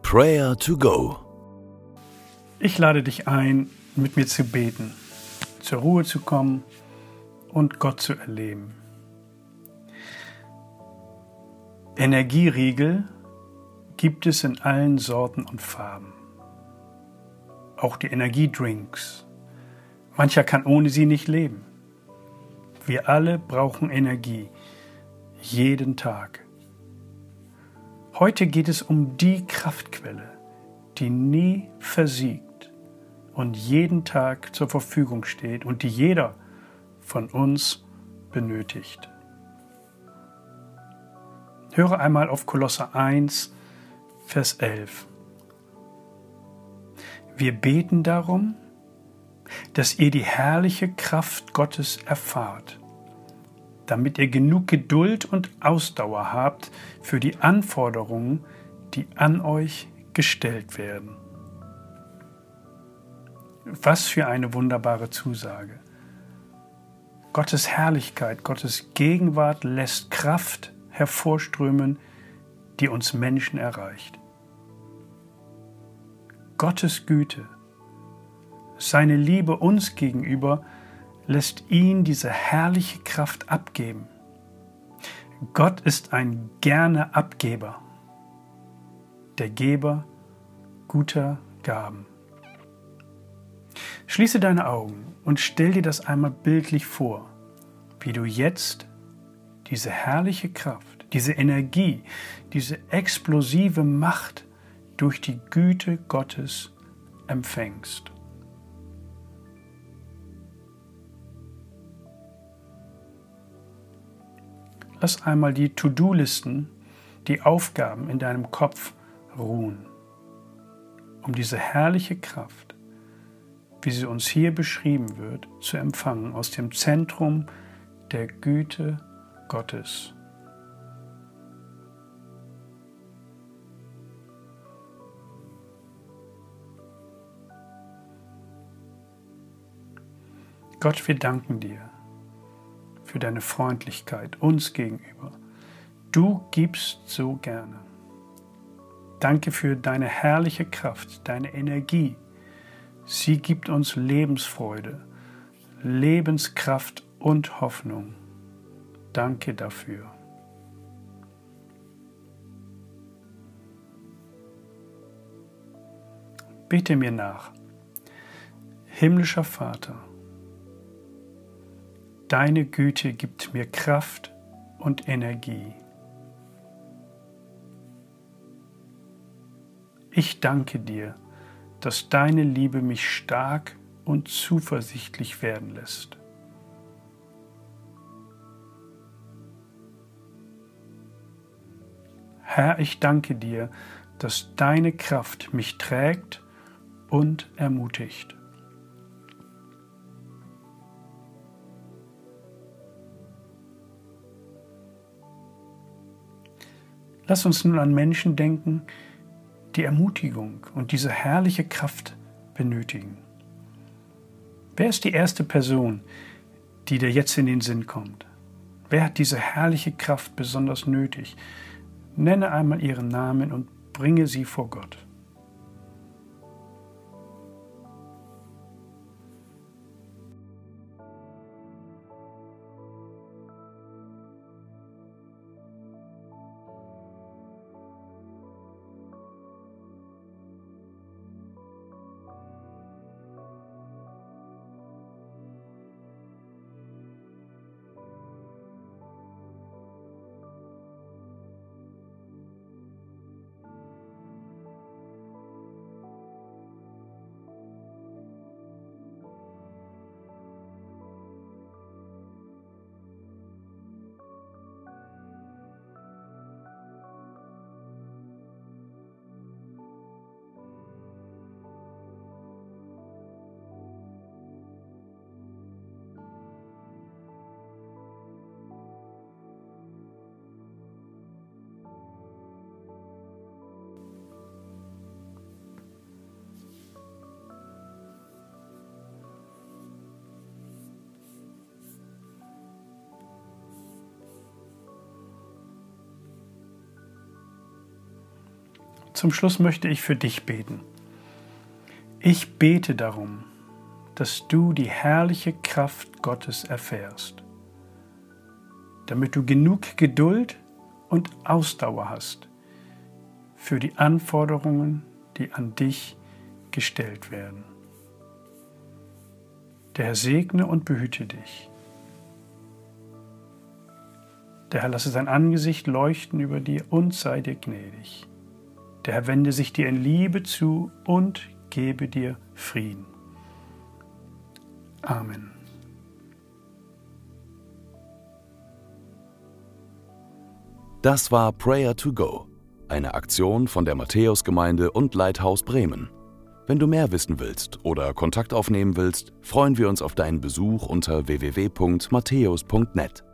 Prayer to Go. Ich lade dich ein, mit mir zu beten, zur Ruhe zu kommen und Gott zu erleben. Energieriegel gibt es in allen Sorten und Farben. Auch die Energiedrinks. Mancher kann ohne sie nicht leben. Wir alle brauchen Energie, jeden Tag. Heute geht es um die Kraftquelle, die nie versiegt und jeden Tag zur Verfügung steht und die jeder von uns benötigt. Höre einmal auf Kolosser 1, Vers 11. Wir beten darum, dass ihr die herrliche Kraft Gottes erfahrt, damit ihr genug Geduld und Ausdauer habt für die Anforderungen, die an euch gestellt werden. Was für eine wunderbare Zusage. Gottes Herrlichkeit, Gottes Gegenwart lässt Kraft hervorströmen, die uns Menschen erreicht. Gottes Güte, seine Liebe uns gegenüber, lässt ihn diese herrliche Kraft abgeben. Gott ist ein gerne Abgeber, der Geber guter Gaben. Schließe deine Augen und stell dir das einmal bildlich vor, wie du jetzt diese herrliche Kraft, diese Energie, diese explosive Macht durch die Güte Gottes empfängst. Lass einmal die To-Do-Listen, die Aufgaben in deinem Kopf ruhen, um diese herrliche Kraft, wie sie uns hier beschrieben wird, zu empfangen aus dem Zentrum der Güte Gottes. Gott, wir danken dir für deine Freundlichkeit uns gegenüber. Du gibst so gerne. Danke für deine herrliche Kraft, deine Energie. Sie gibt uns Lebensfreude, Lebenskraft und Hoffnung. Danke dafür. Bete mir nach. Himmlischer Vater, deine Güte gibt mir Kraft und Energie. Ich danke dir, dass deine Liebe mich stark und zuversichtlich werden lässt. Herr, ich danke dir, dass deine Kraft mich trägt und ermutigt. Lass uns nun an Menschen denken, die Ermutigung und diese herrliche Kraft benötigen. Wer ist die erste Person, die dir jetzt in den Sinn kommt? Wer hat diese herrliche Kraft besonders nötig? Nenne einmal ihren Namen und bringe sie vor Gott. Zum Schluss möchte ich für dich beten. Ich bete darum, dass du die herrliche Kraft Gottes erfährst, damit du genug Geduld und Ausdauer hast für die Anforderungen, die an dich gestellt werden. Der Herr segne und behüte dich. Der Herr lasse sein Angesicht leuchten über dir und sei dir gnädig. Der Herr wende sich dir in Liebe zu und gebe dir Frieden. Amen. Das war Prayer to Go, eine Aktion von der Matthäusgemeinde und Lighthouse Bremen. Wenn du mehr wissen willst oder Kontakt aufnehmen willst, freuen wir uns auf deinen Besuch unter www.matthäus.net.